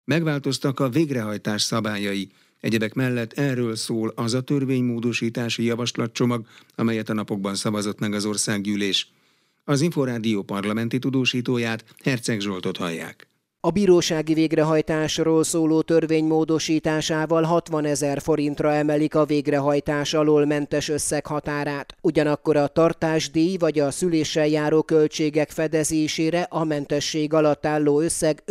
Megváltoztak a végrehajtás szabályai. Egyebek mellett erről szól az a törvénymódosítási javaslatcsomag, amelyet a napokban szavazott meg az országgyűlés. Az Inforádió parlamenti tudósítóját, Herceg Zsoltot hallják. A bírósági végrehajtásról szóló törvény módosításával 60 000 forintra emelik a végrehajtás alól mentes összeg határát. Ugyanakkor a tartásdíj vagy a szüléssel járó költségek fedezésére a mentesség alatt álló összeg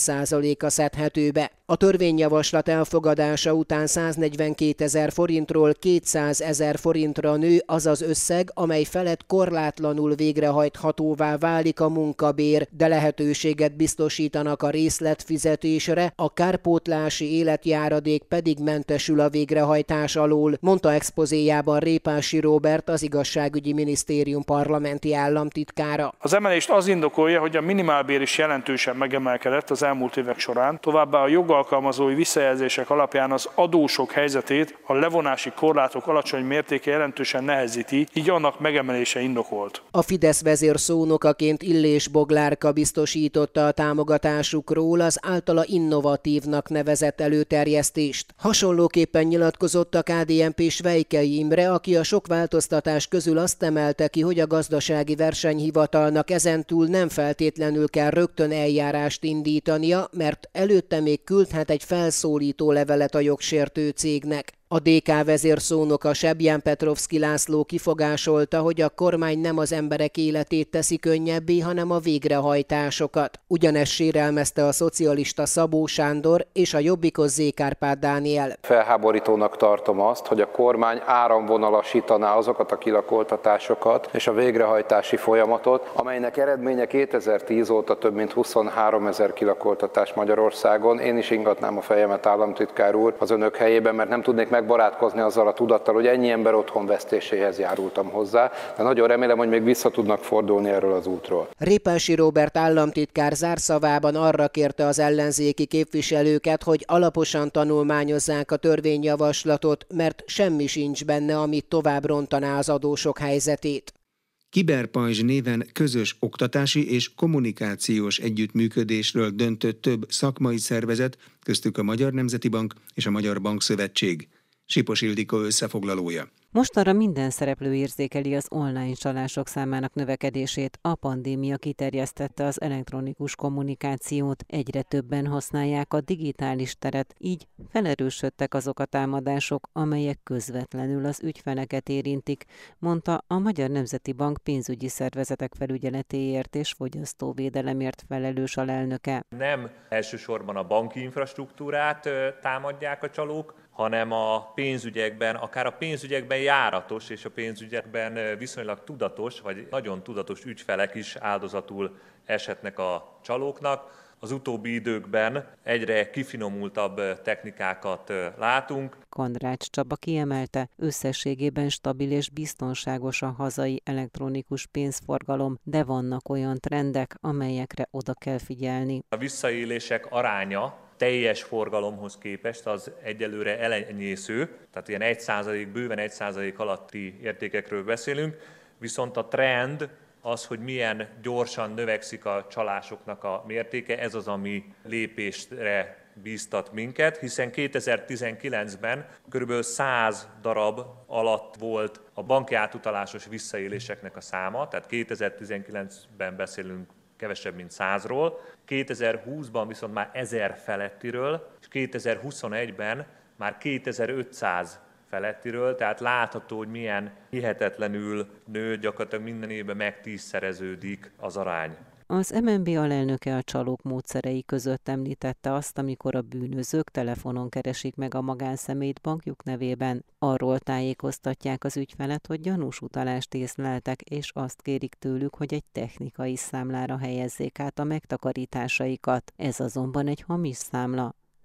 50%-a szedhető be. A törvényjavaslat elfogadása után 142 000 forintról 200 000 forintra nő az az összeg, amely felett korlátlanul végrehajthatóvá válik a munkabér, de lehetőséget biztosítanak a részletfizetésre, a kárpótlási életjáradék pedig mentesül a végrehajtás alól, mondta expozéjában Répási Róbert, az Igazságügyi Minisztérium parlamenti államtitkára. Az emelést az indokolja, hogy a minimálbér is jelentősen megemelkedett az elmúlt évek során, továbbá a jogalkalmazói visszajelzések alapján az adósok helyzetét a levonási korlátok alacsony mértéke jelentősen nehezíti, így annak megemelése indokolt. A Fidesz vezérszónokaként Illés Boglárka biztosította a támogatásukról az általa innovatívnak nevezett előterjesztést. Hasonlóképpen nyilatkozott a KDNP-s Vejkei Imre, aki a sok változtatás közül azt emelte ki, hogy a gazdasági versenyhivatalnak ezentúl nem feltétlenül kell rögtön eljárást indítania, mert előtte még küldhet egy felszólító levelet a jogsértő cégnek. A DK vezérszónoka Sebján Petrovszky László kifogásolta, hogy a kormány nem az emberek életét teszi könnyebbé, hanem a végrehajtásokat. Ugyanezt sérelmezte a szocialista Szabó Sándor és a Jobbikos Z. Kárpát Dániel. Felháborítónak tartom azt, hogy a kormány áramvonalasítaná azokat a kilakoltatásokat és a végrehajtási folyamatot, amelynek eredménye 2010 óta több mint 23 000 kilakoltatás Magyarországon. Én is ingatnám a fejemet, államtitkár úr, az önök helyében, mert nem tudnék megbarátkozni azzal a tudattal, hogy ennyi ember otthonvesztéséhez járultam hozzá, de nagyon remélem, hogy még vissza tudnak fordulni erről az útról. Répási Róbert államtitkár zárszavában arra kérte az ellenzéki képviselőket, hogy alaposan tanulmányozzák a törvényjavaslatot, mert semmi sincs benne, amit tovább rontaná az adósok helyzetét. Kiberpajzs néven közös oktatási és kommunikációs együttműködésről döntött több szakmai szervezet, köztük a Magyar Nemzeti Bank és a Magyar Bankszövetség. Sipos Ildikó összefoglalója. Mostanra minden szereplő érzékeli az online csalások számának növekedését. A pandémia kiterjesztette az elektronikus kommunikációt, egyre többen használják a digitális teret, így felerősödtek azok a támadások, amelyek közvetlenül az ügyfeleket érintik, mondta a Magyar Nemzeti Bank pénzügyi szervezetek felügyeletéért és fogyasztóvédelemért felelős alelnöke. Nem elsősorban a banki infrastruktúrát támadják a csalók, hanem a pénzügyekben, akár a pénzügyekben járatos és a pénzügyekben viszonylag tudatos, vagy nagyon tudatos ügyfelek is áldozatul eshetnek a csalóknak. Az utóbbi időkben egyre kifinomultabb technikákat látunk. Kondrács Csaba kiemelte, összességében stabil és biztonságos a hazai elektronikus pénzforgalom, de vannak olyan trendek, amelyekre oda kell figyelni. A visszaélések aránya teljes forgalomhoz képest az egyelőre elenyésző, tehát ilyen 1%, bőven 1% alatti értékekről beszélünk, viszont a trend az, hogy milyen gyorsan növekszik a csalásoknak a mértéke, ez az, ami lépésre bíztat minket, hiszen 2019-ben kb. 100 darab alatt volt a banki átutalásos visszaéléseknek a száma, tehát 2019-ben beszélünk kevesebb, mint 100-ról, 2020-ban viszont már 1000 felettiről, és 2021-ben már 2500 felettiről, tehát látható, hogy milyen hihetetlenül nő, gyakorlatilag minden évben meg-10-szereződik az arány. Az MNB alelnöke a csalók módszerei között említette azt, amikor a bűnözők telefonon keresik meg a magánszemélyt bankjuk nevében. Arról tájékoztatják az ügyfelet, hogy gyanús utalást észleltek, és azt kérik tőlük, hogy egy technikai számlára helyezzék át a megtakarításaikat. Ez azonban egy hamis számla.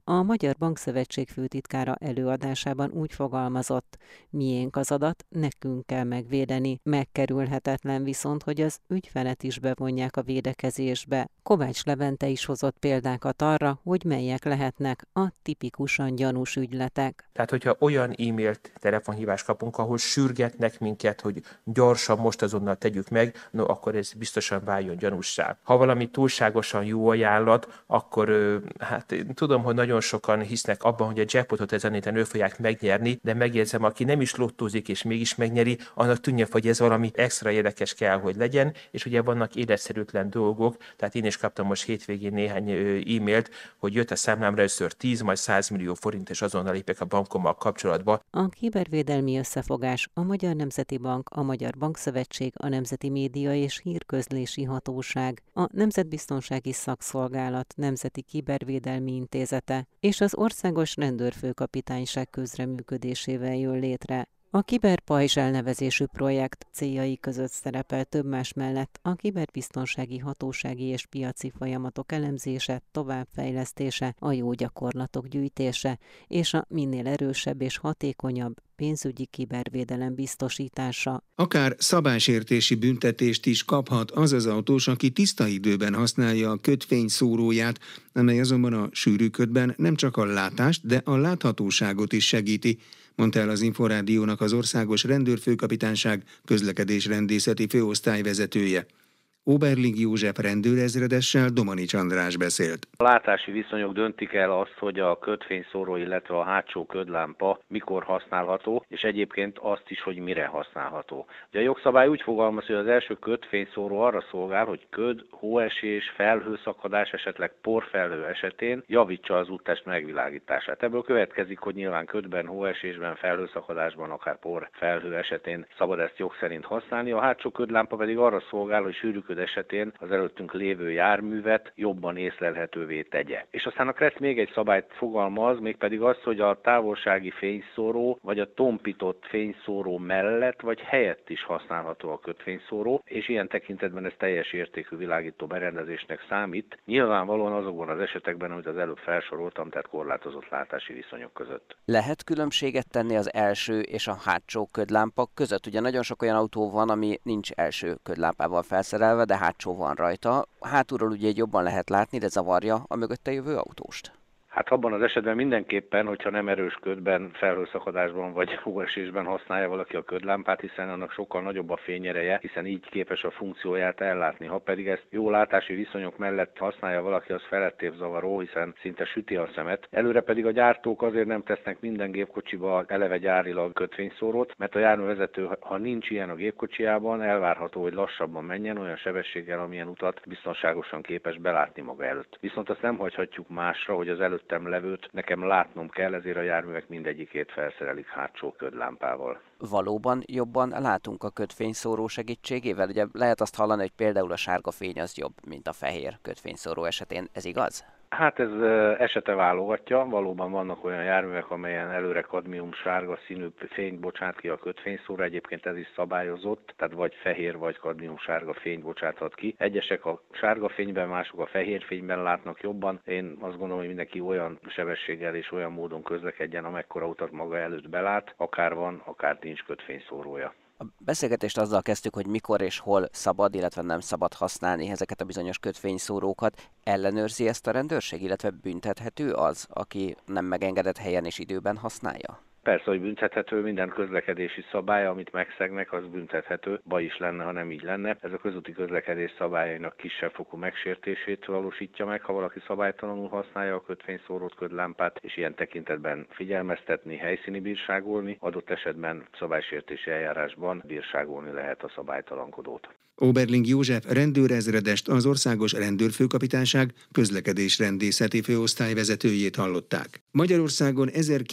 A Magyar Bankszövetség főtitkára előadásában úgy fogalmazott: miénk az adat, nekünk kell megvédeni. Megkerülhetetlen viszont, hogy az ügyfelet is bevonják a védekezésbe. Kovács Levente is hozott példákat arra, hogy melyek lehetnek a tipikusan gyanús ügyletek. Tehát, hogyha olyan e-mailt, telefonhívást kapunk, ahol sürgetnek minket, hogy gyorsan most azonnal tegyük meg, no, akkor ez biztosan váljon gyanússá. Ha valami túlságosan jó ajánlat, akkor hát én tudom, hogy nagyon sokan hisznek abban, hogy a jackpotot ezen héten ő fogják megnyerni, de megjegyzem, aki nem is lottózik és mégis megnyeri, annak tűnje, hogy ez valami extra érdekes kell, hogy legyen, és ugye vannak életszerűtlen dolgok, tehát én is kaptam most hétvégén néhány e-mailt, hogy jött a számlámra először 10, majd 100 millió forint, és azonnal lépek a bankommal kapcsolatba. A kibervédelmi összefogás a Magyar Nemzeti Bank, a Magyar Bankszövetség, a Nemzeti Média és Hírközlési Hatóság, a Nemzetbiztonsági Szakszolgálat Nemzeti Kibervédelmi Intézete és az Országos Rendőrfőkapitányság közreműködésével jön létre. A Kiberpajzs elnevezésű projekt céljai között szerepel több más mellett a kiberbiztonsági, hatósági és piaci folyamatok elemzése, továbbfejlesztése, a jó gyakorlatok gyűjtése és a minél erősebb és hatékonyabb pénzügyi kibervédelem biztosítása. Akár szabálysértési büntetést is kaphat az az autós, aki tiszta időben használja a kötfényszóróját, amely azonban a sűrű ködben nem csak a látást, de a láthatóságot is segíti, mondta el az Inforádiónak az Országos Rendőrfőkapitányság közlekedésrendészeti főosztály vezetője. Oberling József rendőrezredessel Domanics András beszélt. A látási viszonyok döntik el azt, hogy a kötfényszóró, illetve a hátsó ködlámpa mikor használható, és egyébként azt is, hogy mire használható. Ugye a jogszabály úgy fogalmaz, hogy az első kötfényszóró arra szolgál, hogy köd, hóesés, felhőszakadás, esetleg porfelhő esetén javítsa az úttest megvilágítását. Ebből következik, hogy nyilván ködben, hóesésben, felhőszakadásban, akár porfelhő esetén szabad ezt jog szerint használni. A hátsó ködlámpa pedig arra szolgál, hogy sűrű köd esetén az előttünk lévő járművet jobban észlelhetővé tegye. És aztán a KRESZ még egy szabályt fogalmaz, mégpedig az, hogy a távolsági fényszóró vagy a tompított fényszóró mellett vagy helyett is használható a kötfényszóró, és ilyen tekintetben ez teljes értékű világító berendezésnek számít. Nyilvánvalóan azokban az esetekben, amit az előbb felsoroltam, tehát korlátozott látási viszonyok között. Lehet különbséget tenni az első és a hátsó ködlámpa között? Ugye nagyon sok olyan autó van, ami nincs első ködlámpával felszerelve, de hátsó van rajta. Hátulról ugye jobban lehet látni, de zavarja a mögötte jövő autóst? Hát abban az esetben mindenképpen, hogyha nem erős ködben, felhőszakadásban vagy hóesésben használja valaki a ködlámpát, hiszen annak sokkal nagyobb a fényereje, hiszen így képes a funkcióját ellátni. Ha pedig ezt jó látási viszonyok mellett használja valaki, az felettébb zavaró, hiszen szinte süti a szemet. Előre pedig a gyártók azért nem tesznek minden gépkocsiba eleve gyárilag kötfényszórót, mert a járművezető, ha nincs ilyen a gépkocsijában, elvárható, hogy lassabban menjen, olyan sebességgel, amilyen utat biztonságosan képes belátni maga előtt. Viszont azt nem hagyhatjuk másra, hogy az előttem levőt nekem látnom kell, ezért a járművek mindegyikét felszerelik hátsó ködlámpával. Valóban jobban látunk a kötfényszóró segítségével? Ugye lehet azt hallani, hogy például a sárga fény az jobb, mint a fehér kötfényszóró esetén. Ez igaz? Hát ez esete válogatja, valóban vannak olyan járművek, amelyen előre kadmium sárga színű fényt bocsát ki a kötfényszóró, egyébként ez is szabályozott, tehát vagy fehér, vagy kadmium sárga fényt bocsáthat ki. Egyesek a sárga fényben, mások a fehér fényben látnak jobban. Én azt gondolom, hogy mindenki olyan sebességgel és olyan módon közlekedjen, amekkora utat maga előtt belát, akár van, akár nincs kötfényszórója. A beszélgetést azzal kezdtük, hogy mikor és hol szabad, illetve nem szabad használni ezeket a bizonyos kötfényszórókat. Ellenőrzi ezt a rendőrség, illetve büntethető az, aki nem megengedett helyen és időben használja? Persze, hogy büntethető, minden közlekedési szabály, amit megszegnek, az büntethető, baj is lenne, ha nem így lenne. Ez a közúti közlekedés szabályainak kisebb fokú megsértését valósítja meg, ha valaki szabálytalanul használja a kötfényszórót, ködlámpát, és ilyen tekintetben figyelmeztetni, helyszíni bírságolni, adott esetben szabálysértési eljárásban bírságolni lehet a szabálytalankodót. Oberling József rendőrezredest, az Országos Rendőrfőkapitányság közlekedésrendészeti főosztály vezetőjét hallották. Magyarországon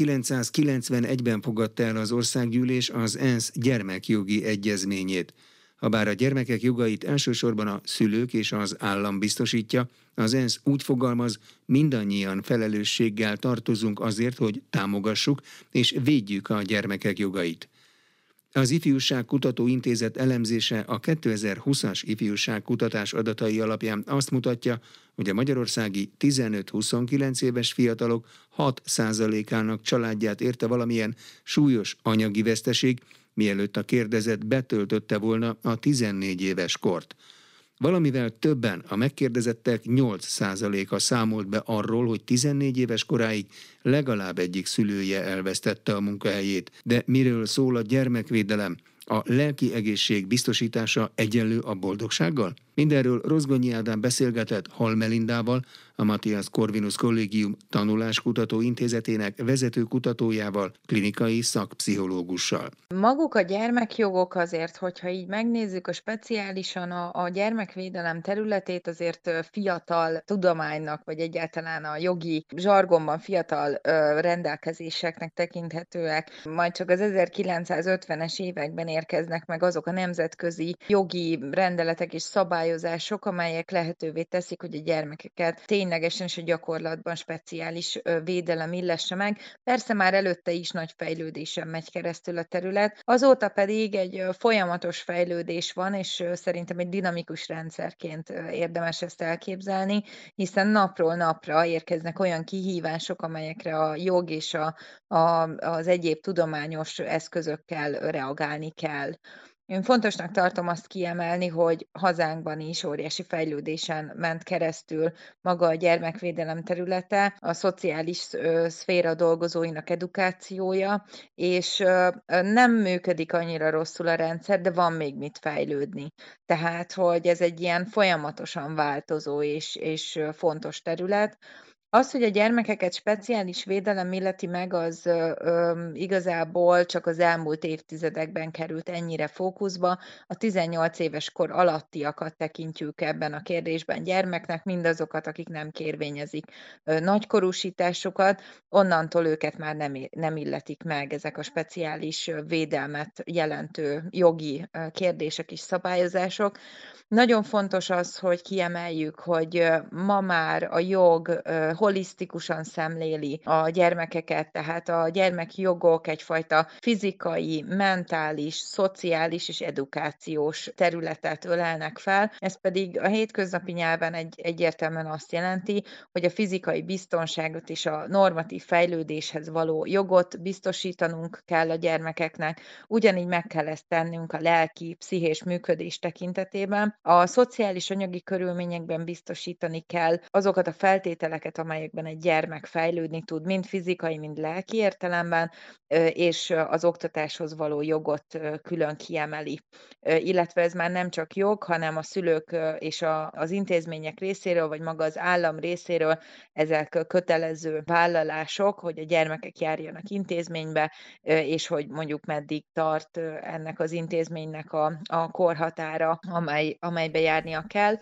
1991-ben fogadta el az országgyűlés az ENSZ gyermekjogi egyezményét. Habár a gyermekek jogait elsősorban a szülők és az állam biztosítja, az ENSZ úgy fogalmaz, mindannyian felelősséggel tartozunk azért, hogy támogassuk és védjük a gyermekek jogait. Az Ifjúságkutató Intézet elemzése a 2020-as ifjúságkutatás adatai alapján azt mutatja, hogy a magyarországi 15-29 éves fiatalok 6%-ának családját érte valamilyen súlyos anyagi veszteség, mielőtt a kérdezett betöltötte volna a 14 éves kort. Valamivel többen, a megkérdezettek 8%-a számolt be arról, hogy 14 éves koráig legalább egyik szülője elvesztette a munkahelyét. De miről szól a gyermekvédelem? A lelki egészség biztosítása egyenlő a boldogsággal? Mindenről Rozgonyi Ádám beszélgetett Hall Melindával, a Matthias Corvinus Kollégium Tanuláskutató Intézetének vezető kutatójával, klinikai szakpszichológussal. Maguk a gyermekjogok azért, hogyha így megnézzük speciálisan a gyermekvédelem területét, azért fiatal tudománynak, vagy egyáltalán a jogi zsargonban fiatal rendelkezéseknek tekinthetőek. Majd csak az 1950-es években érkeznek meg azok a nemzetközi jogi rendeletek és szabályozások, amelyek lehetővé teszik, hogy a gyermekeket ténylegesen és a gyakorlatban speciális védelem illesse meg. Persze már előtte is nagy fejlődésen megy keresztül a terület, azóta pedig egy folyamatos fejlődés van, és szerintem egy dinamikus rendszerként érdemes ezt elképzelni, hiszen napról napra érkeznek olyan kihívások, amelyekre a jog és az egyéb tudományos eszközökkel reagálni kell. Én fontosnak tartom azt kiemelni, hogy hazánkban is óriási fejlődésen ment keresztül maga a gyermekvédelem területe, a szociális szféra dolgozóinak edukációja, és nem működik annyira rosszul a rendszer, de van még mit fejlődni. Tehát, hogy ez egy ilyen folyamatosan változó és fontos terület. Az, hogy a gyermekeket speciális védelem illeti meg, az igazából csak az elmúlt évtizedekben került ennyire fókuszba. A 18 éves kor alattiakat tekintjük ebben a kérdésben gyermeknek, mindazokat, akik nem kérvényezik nagykorúsításukat, onnantól őket már nem illetik meg ezek a speciális védelmet jelentő jogi kérdések és szabályozások. Nagyon fontos az, hogy kiemeljük, hogy ma már a jog holisztikusan szemléli a gyermekeket, tehát a gyermekjogok egyfajta fizikai, mentális, szociális és edukációs területet ölelnek fel. Ez pedig a hétköznapi nyelven egyértelműen azt jelenti, hogy a fizikai biztonságot és a normatív fejlődéshez való jogot biztosítanunk kell a gyermekeknek, ugyanígy meg kell ezt tennünk a lelki, pszichés működés tekintetében. A szociális anyagi körülményekben biztosítani kell azokat a feltételeket, amelyekben egy gyermek fejlődni tud, mind fizikai, mind lelki értelemben, és az oktatáshoz való jogot külön kiemeli. Illetve ez már nem csak jog, hanem a szülők és az intézmények részéről, vagy maga az állam részéről ezek kötelező vállalások, hogy a gyermekek járjanak intézménybe, és hogy mondjuk meddig tart ennek az intézménynek a korhatára, amelybe járnia kell.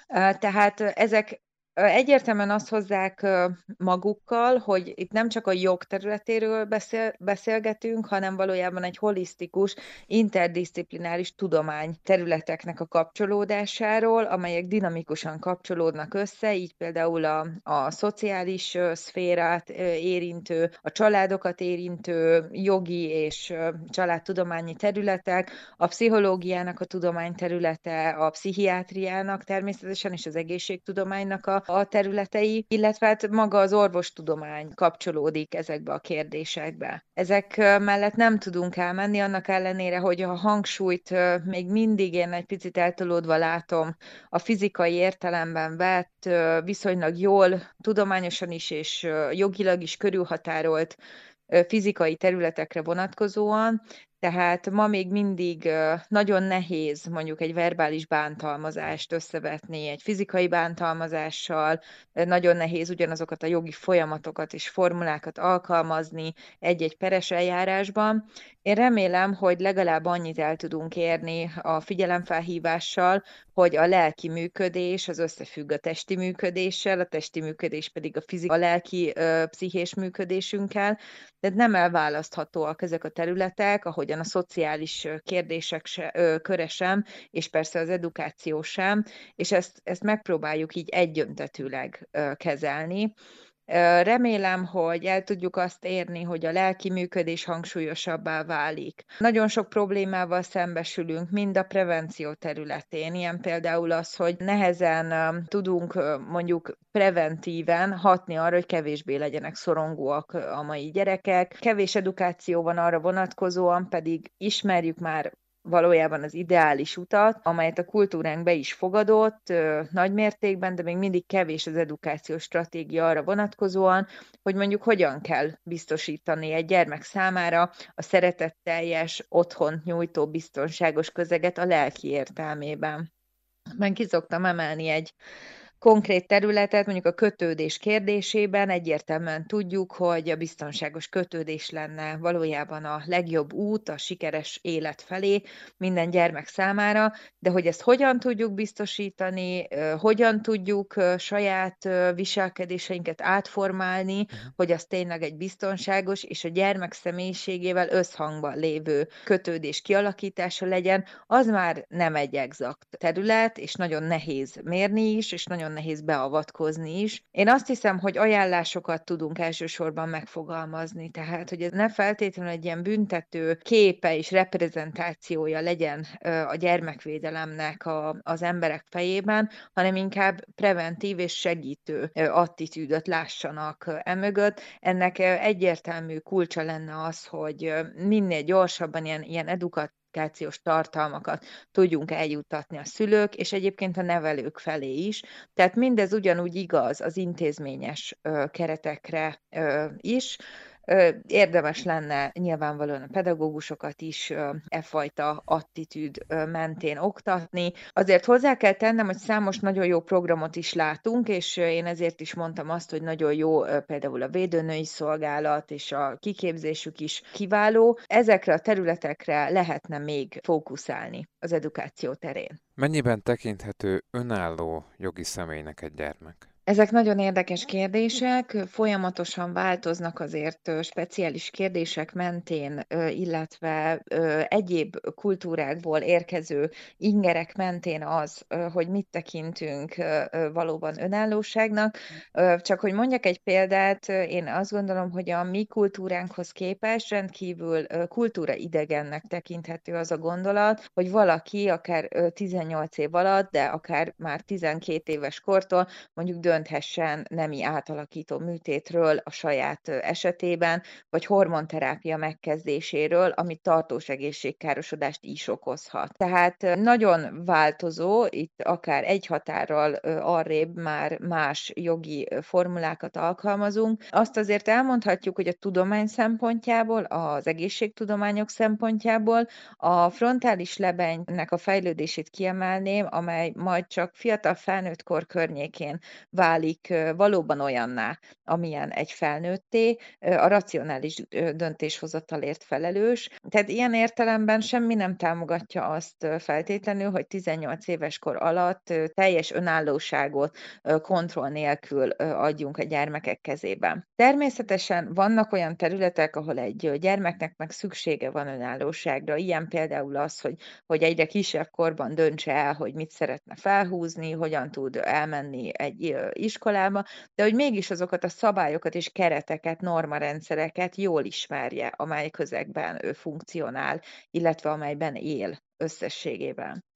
Tehát ezek egyértelműen azt hozzák magukkal, hogy itt nem csak a jog területéről beszélgetünk, hanem valójában egy holisztikus, interdisziplináris tudomány területeknek a kapcsolódásáról, amelyek dinamikusan kapcsolódnak össze, így például a szociális szférát érintő, a családokat érintő jogi és családtudományi területek, a pszichológiának a tudományterülete, a pszichiátriának természetesen és az egészségtudománynak a területei, illetve hát maga az orvostudomány kapcsolódik ezekbe a kérdésekbe. Ezek mellett nem tudunk elmenni, annak ellenére, hogy a hangsúlyt még mindig én egy picit eltolódva látom a fizikai értelemben vett, viszonylag jól, tudományosan is és jogilag is körülhatárolt fizikai területekre vonatkozóan, tehát ma még mindig nagyon nehéz mondjuk egy verbális bántalmazást összevetni egy fizikai bántalmazással, nagyon nehéz ugyanazokat a jogi folyamatokat és formulákat alkalmazni egy-egy peres eljárásban. Én remélem, hogy legalább annyit el tudunk érni a figyelemfelhívással, hogy a lelki működés az összefügg a testi működéssel, a testi működés pedig a lelki pszichés működésünkkel, de nem elválaszthatóak ezek a területek, ahogyan a szociális kérdések köre sem, és persze az edukáció sem, és ezt megpróbáljuk így egyöntetűleg kezelni. Remélem, hogy el tudjuk azt érni, hogy a lelki működés hangsúlyosabbá válik. Nagyon sok problémával szembesülünk, mind a prevenció területén. Ilyen például az, hogy nehezen tudunk mondjuk preventíven hatni arra, hogy kevésbé legyenek szorongóak a mai gyerekek. Kevés edukáció van arra vonatkozóan, pedig ismerjük már valójában az ideális utat, amelyet a kultúránk be is fogadott nagy mértékben, de még mindig kevés az edukációs stratégia arra vonatkozóan, hogy mondjuk hogyan kell biztosítani egy gyermek számára a szeretetteljes, otthont nyújtó biztonságos közeget a lelki értelmében. Meg ki szoktam emelni egy konkrét területet, mondjuk a kötődés kérdésében egyértelműen tudjuk, hogy a biztonságos kötődés lenne valójában a legjobb út a sikeres élet felé minden gyermek számára, de hogy ezt hogyan tudjuk biztosítani, hogyan tudjuk saját viselkedéseinket átformálni, hogy az tényleg egy biztonságos és a gyermek személyiségével összhangban lévő kötődés kialakítása legyen, az már nem egy exakt terület, és nagyon nehéz mérni is, és nagyon nehéz beavatkozni is. Én azt hiszem, hogy ajánlásokat tudunk elsősorban megfogalmazni, tehát hogy ez ne feltétlenül egy ilyen büntető képe és reprezentációja legyen a gyermekvédelemnek az emberek fejében, hanem inkább preventív és segítő attitűdöt lássanak emögött. Ennek egyértelmű kulcsa lenne az, hogy minél gyorsabban ilyen edukációs tartalmakat tudjunk eljuttatni a szülők, és egyébként a nevelők felé is. Tehát mindez ugyanúgy igaz az intézményes keretekre is. Érdemes lenne nyilvánvalóan a pedagógusokat is fajta attitűd mentén oktatni. Azért hozzá kell tennem, hogy számos nagyon jó programot is látunk, és én ezért is mondtam azt, hogy nagyon jó például a védőnői szolgálat, és a kiképzésük is kiváló. Ezekre a területekre lehetne még fókuszálni az edukáció terén. Mennyiben tekinthető önálló jogi személynek egy gyermek? Ezek nagyon érdekes kérdések, folyamatosan változnak azért speciális kérdések mentén, illetve egyéb kultúrákból érkező ingerek mentén az, hogy mit tekintünk valóban önállóságnak. Csak hogy mondjak egy példát, én azt gondolom, hogy a mi kultúránkhoz képest rendkívül kultúraidegennek tekinthető az a gondolat, hogy valaki akár 18 év alatt, de akár már 12 éves kortól mondjuk dönthessen nemi átalakító műtétről a saját esetében, vagy hormonterápia megkezdéséről, ami tartós egészségkárosodást is okozhat. Tehát nagyon változó, itt akár egy határral arrébb már más jogi formulákat alkalmazunk. Azt azért elmondhatjuk, hogy a tudomány szempontjából, az egészségtudományok szempontjából a frontális lebenynek a fejlődését kiemelném, amely majd csak fiatal felnőttkor környékén válik valóban olyanná, amilyen egy felnőtté, a racionális döntéshozatalért felelős. Tehát ilyen értelemben semmi nem támogatja azt feltétlenül, hogy 18 éves kor alatt teljes önállóságot kontroll nélkül adjunk a gyermekek kezében. Természetesen vannak olyan területek, ahol egy gyermeknek meg szüksége van önállóságra. Ilyen például az, hogy egyre kisebb korban döntse el, hogy mit szeretne felhúzni, hogyan tud elmenni egy iskolába, de hogy mégis azokat a szabályokat és kereteket, normarendszereket jól ismerje, amely közegben ő funkcionál, illetve amelyben él összességében.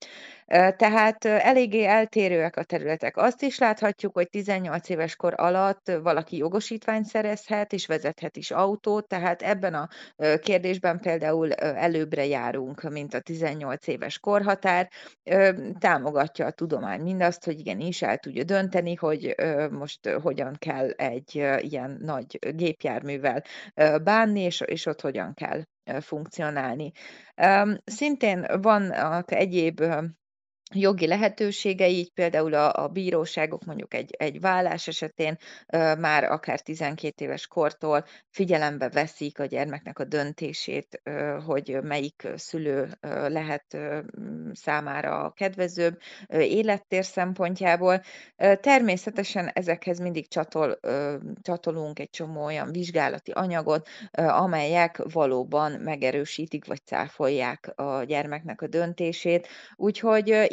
Tehát eléggé eltérőek a területek. Azt is láthatjuk, hogy 18 éves kor alatt valaki jogosítványt szerezhet, és vezethet is autót, tehát ebben a kérdésben például előbbre járunk, mint a 18 éves korhatár. Támogatja a tudomány mindazt, hogy igenis el tudja dönteni, hogy most hogyan kell egy ilyen nagy gépjárművel bánni, és ott hogyan kell funkcionálni. Szintén vannak egyéb jogi lehetőségei, így például a bíróságok mondjuk egy vállás esetén már akár 12 éves kortól figyelembe veszik a gyermeknek a döntését, hogy melyik szülő lehet számára kedvezőbb élettér szempontjából. Természetesen ezekhez mindig csatolunk egy csomó olyan vizsgálati anyagot, amelyek valóban megerősítik vagy cáfolják a gyermeknek a döntését. Úgyhogy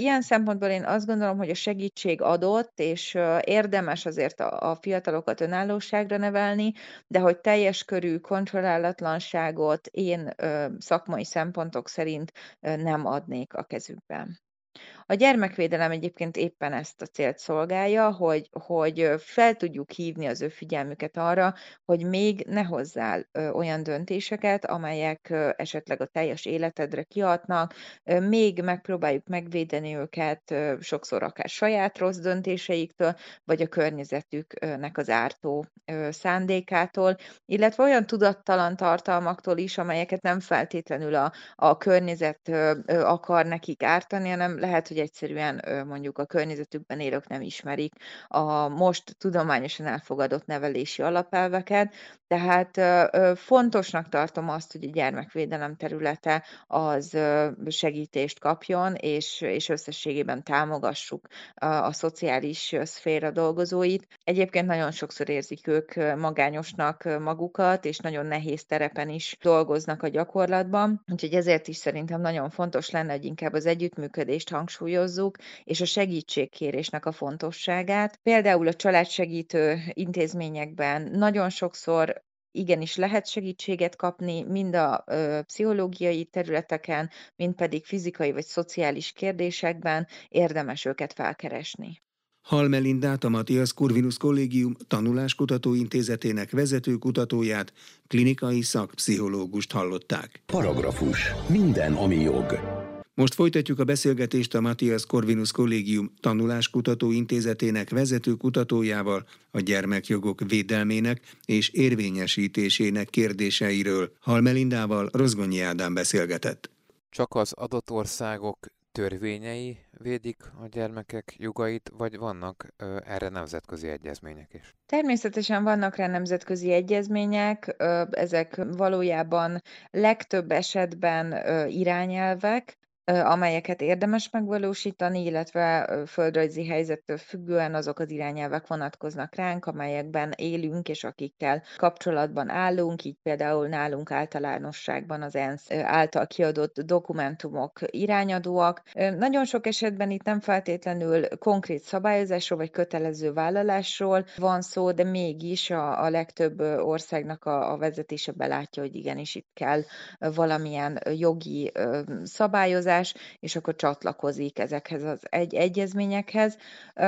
ilyen szempontból én azt gondolom, hogy a segítség adott, és érdemes azért a fiatalokat önállóságra nevelni, de hogy teljes körű kontrollálatlanságot én szakmai szempontok szerint nem adnék a kezükbe. A gyermekvédelem egyébként éppen ezt a célt szolgálja, hogy fel tudjuk hívni az ő figyelmüket arra, hogy még ne hozzál olyan döntéseket, amelyek esetleg a teljes életedre kihatnak, még megpróbáljuk megvédeni őket sokszor akár saját rossz döntéseiktől, vagy a környezetüknek az ártó szándékától, illetve olyan tudattalan tartalmaktól is, amelyeket nem feltétlenül a környezet akar nekik ártani, hanem lehet, hogy egyszerűen mondjuk a környezetükben élők nem ismerik a most tudományosan elfogadott nevelési alapelveket, tehát fontosnak tartom azt, hogy a gyermekvédelem területe az segítést kapjon, és összességében támogassuk a szociális szféra dolgozóit. Egyébként nagyon sokszor érzik ők magányosnak magukat, és nagyon nehéz terepen is dolgoznak a gyakorlatban, úgyhogy ezért is szerintem nagyon fontos lenne, hogy inkább az együttműködést hangsúlyozzuk, és a segítségkérésnek a fontosságát. Például a családsegítő intézményekben nagyon sokszor igenis lehet segítséget kapni, mind a pszichológiai területeken, mind pedig fizikai vagy szociális kérdésekben érdemes őket felkeresni. Hall Melindát, a Matthias Corvinus Kollégium Tanuláskutató Intézetének vezető kutatóját, klinikai szakpszichológust hallották. Paragrafus. Minden, ami jog. Most folytatjuk a beszélgetést a Matthias Corvinus Kollégium Tanuláskutató Intézetének vezető kutatójával a gyermekjogok védelmének és érvényesítésének kérdéseiről. Hall Melindával Rozgonyi Ádám beszélgetett. Csak az adott országok törvényei védik a gyermekek jogait, vagy vannak erre nemzetközi egyezmények is? Természetesen vannak rá nemzetközi egyezmények, ezek valójában legtöbb esetben irányelvek, amelyeket érdemes megvalósítani, illetve földrajzi helyzettől függően azok az irányelvek vonatkoznak ránk, amelyekben élünk, és akikkel kapcsolatban állunk, így például nálunk általánosságban az ENSZ által kiadott dokumentumok irányadóak. Nagyon sok esetben itt nem feltétlenül konkrét szabályozásról vagy kötelező vállalásról van szó, de mégis a legtöbb országnak a vezetése belátja, hogy igenis itt kell valamilyen jogi szabályozás, és akkor csatlakozik ezekhez az egyezményekhez.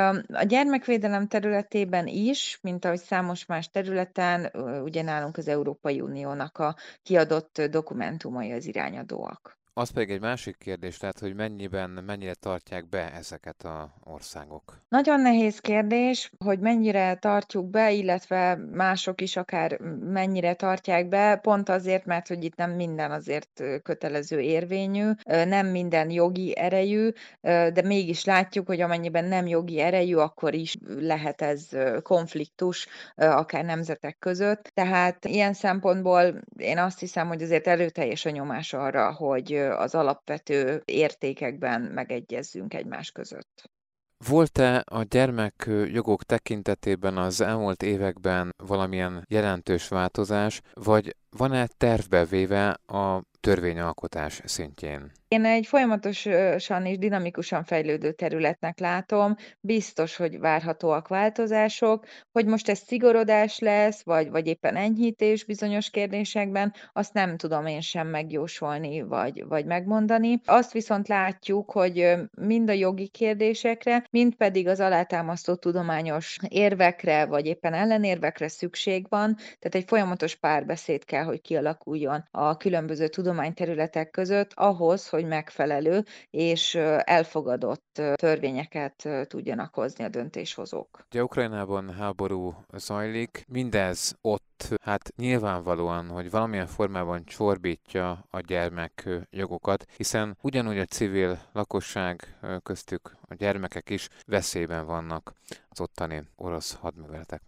A gyermekvédelem területében is, mint ahogy számos más területen, ugye nálunk az Európai Uniónak a kiadott dokumentumai az irányadóak. Az pedig egy másik kérdés, tehát, hogy mennyire tartják be ezeket az országok? Nagyon nehéz kérdés, hogy mennyire tartjuk be, illetve mások is akár mennyire tartják be, pont azért, mert hogy itt nem minden azért kötelező érvényű, nem minden jogi erejű, de mégis látjuk, hogy amennyiben nem jogi erejű, akkor is lehet ez konfliktus akár nemzetek között. Tehát ilyen szempontból én azt hiszem, hogy azért erőteljes a nyomás arra, hogy az alapvető értékekben megegyezzünk egymás között. Volt-e a gyermekjogok tekintetében az elmúlt években valamilyen jelentős változás, vagy van-e tervbe véve a törvényalkotás szintjén? Én egy folyamatosan és dinamikusan fejlődő területnek látom, biztos, hogy várhatóak változások, hogy most ez szigorodás lesz, vagy éppen enyhítés bizonyos kérdésekben, azt nem tudom én sem megjósolni, vagy megmondani. Azt viszont látjuk, hogy mind a jogi kérdésekre, mind pedig az alátámasztott tudományos érvekre, vagy éppen ellenérvekre szükség van, tehát egy folyamatos párbeszéd kell, hogy kialakuljon a különböző tudományterületek között ahhoz, hogy megfelelő és elfogadott törvényeket tudjanak hozni a döntéshozók. Ugye Ukrajnában háború zajlik, mindez ott hát nyilvánvalóan, hogy valamilyen formában csorbítja a gyermekjogokat, hiszen ugyanúgy a civil lakosság, köztük a gyermekek is veszélyben vannak az ottani orosz hadműveletek miatt.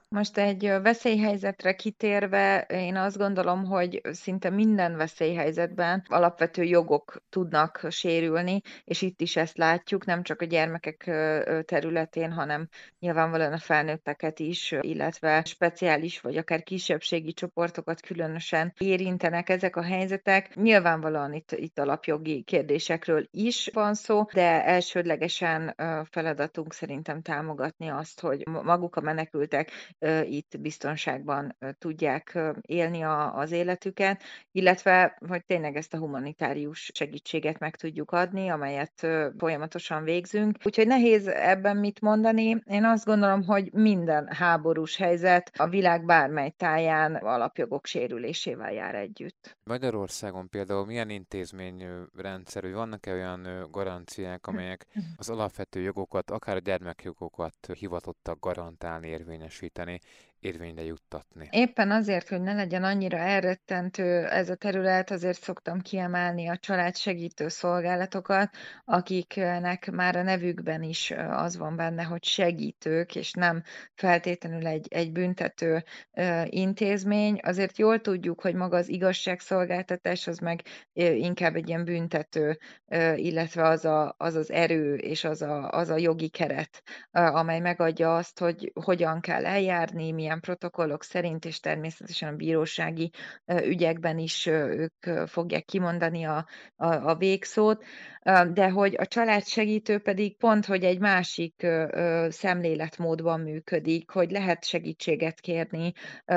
Most egy veszélyhelyzetre kitérve, én azt gondolom, hogy szinte minden veszélyhelyzetben alapvető jogok tudnak sérülni, és itt is ezt látjuk, nem csak a gyermekek területén, hanem nyilvánvalóan a felnőtteket is, illetve speciális vagy akár kisebbségi csoportokat különösen érintenek ezek a helyzetek. Nyilvánvalóan itt alapjogi kérdésekről is van szó, de elsődlegesen feladatunk szerintem támogatni azt, hogy maguk a menekültek itt biztonságban tudják élni az életüket, illetve hogy tényleg ezt a humanitárius segítséget meg tudjuk adni, amelyet folyamatosan végzünk. Úgyhogy nehéz ebben mit mondani. Én azt gondolom, hogy minden háborús helyzet a világ bármely táján alapjogok sérülésével jár együtt. Magyarországon például milyen intézményrendszer, hogy vannak-e olyan garanciák, amelyek az alapvető jogokat, akár a gyermekjogokat hivatottak garantálni, érvényesíteni, érvényre juttatni? Éppen azért, hogy ne legyen annyira elrettentő ez a terület, azért szoktam kiemelni a családsegítő szolgálatokat, akiknek már a nevükben is az van benne, hogy segítők, és nem feltétlenül egy büntető intézmény. Azért jól tudjuk, hogy maga az igazságszolgáltatás az meg inkább egy ilyen büntető, illetve az az erő és az a jogi keret, amely megadja azt, hogy hogyan kell eljárni, milyen protokollok szerint, és természetesen a bírósági ügyekben is ők fogják kimondani a végszót, de hogy a családsegítő pedig pont, hogy egy másik szemléletmódban működik, hogy lehet segítséget kérni,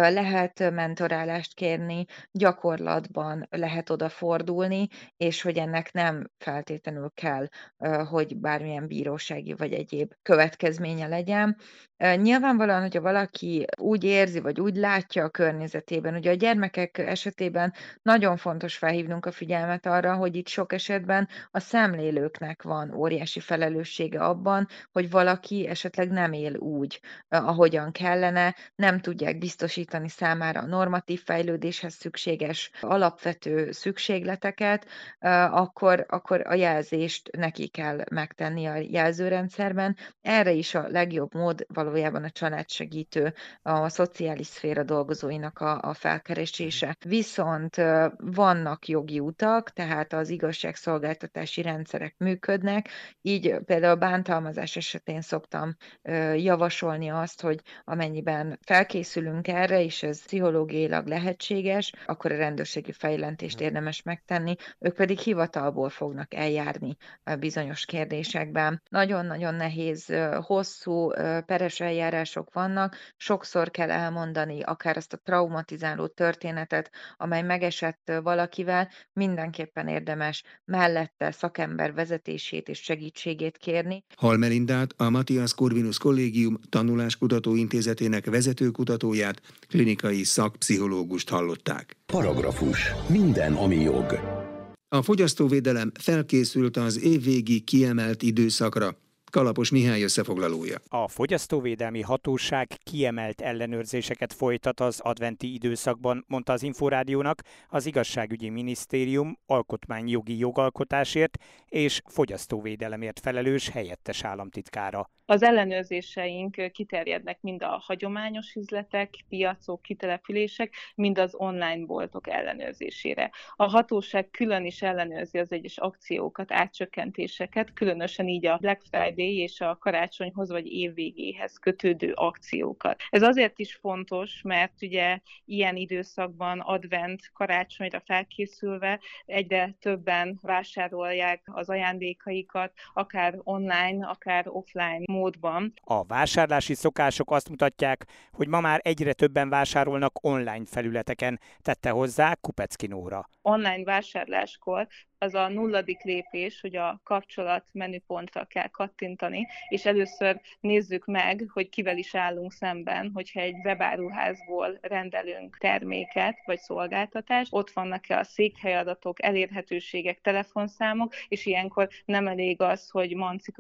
lehet mentorálást kérni, gyakorlatban lehet odafordulni, és hogy ennek nem feltétlenül kell, hogy bármilyen bírósági vagy egyéb következménye legyen. Nyilvánvalóan, hogyha valaki úgy érzi, vagy úgy látja a környezetében, ugye a gyermekek esetében nagyon fontos felhívnunk a figyelmet arra, hogy itt sok esetben a szemlélőknek van óriási felelőssége abban, hogy valaki esetleg nem él úgy, ahogyan kellene, nem tudják biztosítani számára a normatív fejlődéshez szükséges alapvető szükségleteket, akkor a jelzést neki kell megtenni a jelzőrendszerben. Erre is a legjobb mód valójában a családsegítő, a szociális szféra dolgozóinak a felkeresése. Viszont vannak jogi utak, tehát az igazságszolgáltatási rendszerek működnek, így például a bántalmazás esetén szoktam javasolni azt, hogy amennyiben felkészülünk erre, és ez pszichológiailag lehetséges, akkor a rendőrségi feljelentést érdemes megtenni, ők pedig hivatalból fognak eljárni bizonyos kérdésekben. Nagyon-nagyon nehéz, hosszú peres eljárások vannak, sokszor kell elmondani akár azt a traumatizáló történetet, amely megesett valakivel, mindenképpen érdemes mellette szakember vezetését és segítségét kérni. Hall Melindát, a Matthias Corvinus Kollégium Tanuláskutató Intézetének vezetőkutatóját, klinikai szakpszichológust hallották. Paragrafus. Minden, ami jog. A fogyasztóvédelem felkészült az évvégi kiemelt időszakra. Kalapos Mihály összefoglalója. A Fogyasztóvédelmi Hatóság kiemelt ellenőrzéseket folytat az adventi időszakban, mondta az Inforádiónak az Igazságügyi Minisztérium alkotmányjogi jogalkotásért és fogyasztóvédelemért felelős helyettes államtitkára. Az ellenőrzéseink kiterjednek mind a hagyományos üzletek, piacok, kitelepülések, mind az online boltok ellenőrzésére. A hatóság külön is ellenőrzi az egyes akciókat, átcsökkentéseket, különösen így a Black Friday és a karácsonyhoz vagy évvégéhez kötődő akciókat. Ez azért is fontos, mert ugye ilyen időszakban advent, karácsonyra felkészülve egyre többen vásárolják az ajándékaikat, akár online, akár offline módban. A vásárlási szokások azt mutatják, hogy ma már egyre többen vásárolnak online felületeken, tette hozzá Kupecki Nóra. Online vásárláskor az a 0. lépés, hogy a kapcsolat menüpontra kell kattintani, és először nézzük meg, hogy kivel is állunk szemben, hogyha egy webáruházból rendelünk terméket vagy szolgáltatást, ott vannak-e a székhelyadatok, elérhetőségek, telefonszámok, és ilyenkor nem elég az, hogy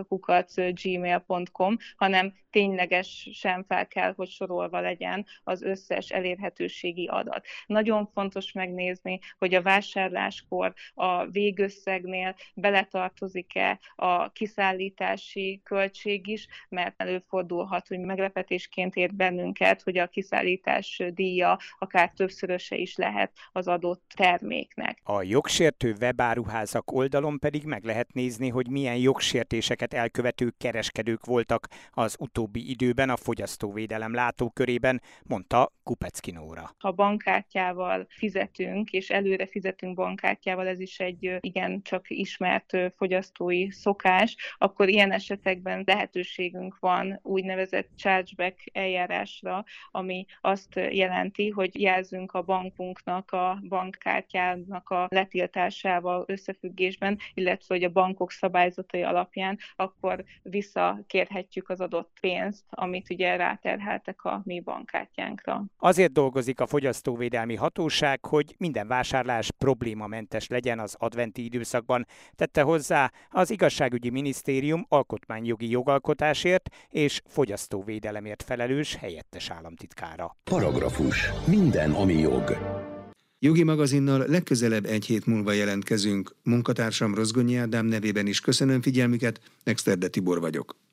mancikakukac@gmail.com, hanem ténylegesen fel kell, hogy sorolva legyen az összes elérhetőségi adat. Nagyon fontos megnézni, hogy a vásárláskor, a végösszegnél beletartozik-e a kiszállítási költség is, mert előfordulhat, hogy meglepetésként ért bennünket, hogy a kiszállítás díja akár többszöröse is lehet az adott terméknek. A jogsértő webáruházak oldalon pedig meg lehet nézni, hogy milyen jogsértéseket elkövető kereskedők voltak az utóbbi időben a fogyasztóvédelem látókörében, mondta Kupecki Nóra. Ha bankkártyával fizetünk, és előre fizetünk bankkártyával, ez is egy igencsak ismert fogyasztói szokás, akkor ilyen esetekben lehetőségünk van úgynevezett chargeback eljárásra, ami azt jelenti, hogy jelzünk a bankunknak, a bankkártyának a letiltásával összefüggésben, illetve hogy a bankok szabályzatai alapján, akkor visszakérhetjük az adott pénzt, amit ugye ráterheltek a mi bankkártyánkra. Azért dolgozik a Fogyasztóvédelmi Hatóság, hogy minden vásárlás problémamentes legyen az adventi időszakban, tette hozzá az Igazságügyi Minisztérium alkotmányjogi jogalkotásért és fogyasztóvédelemért felelős helyettes államtitkára. Paragrafus. Minden, ami jog. Jogi magazinnal legközelebb egy hét múlva jelentkezünk. Munkatársam Rozgonyi Ádám nevében is köszönöm figyelmüket, Exterde Tibor vagyok.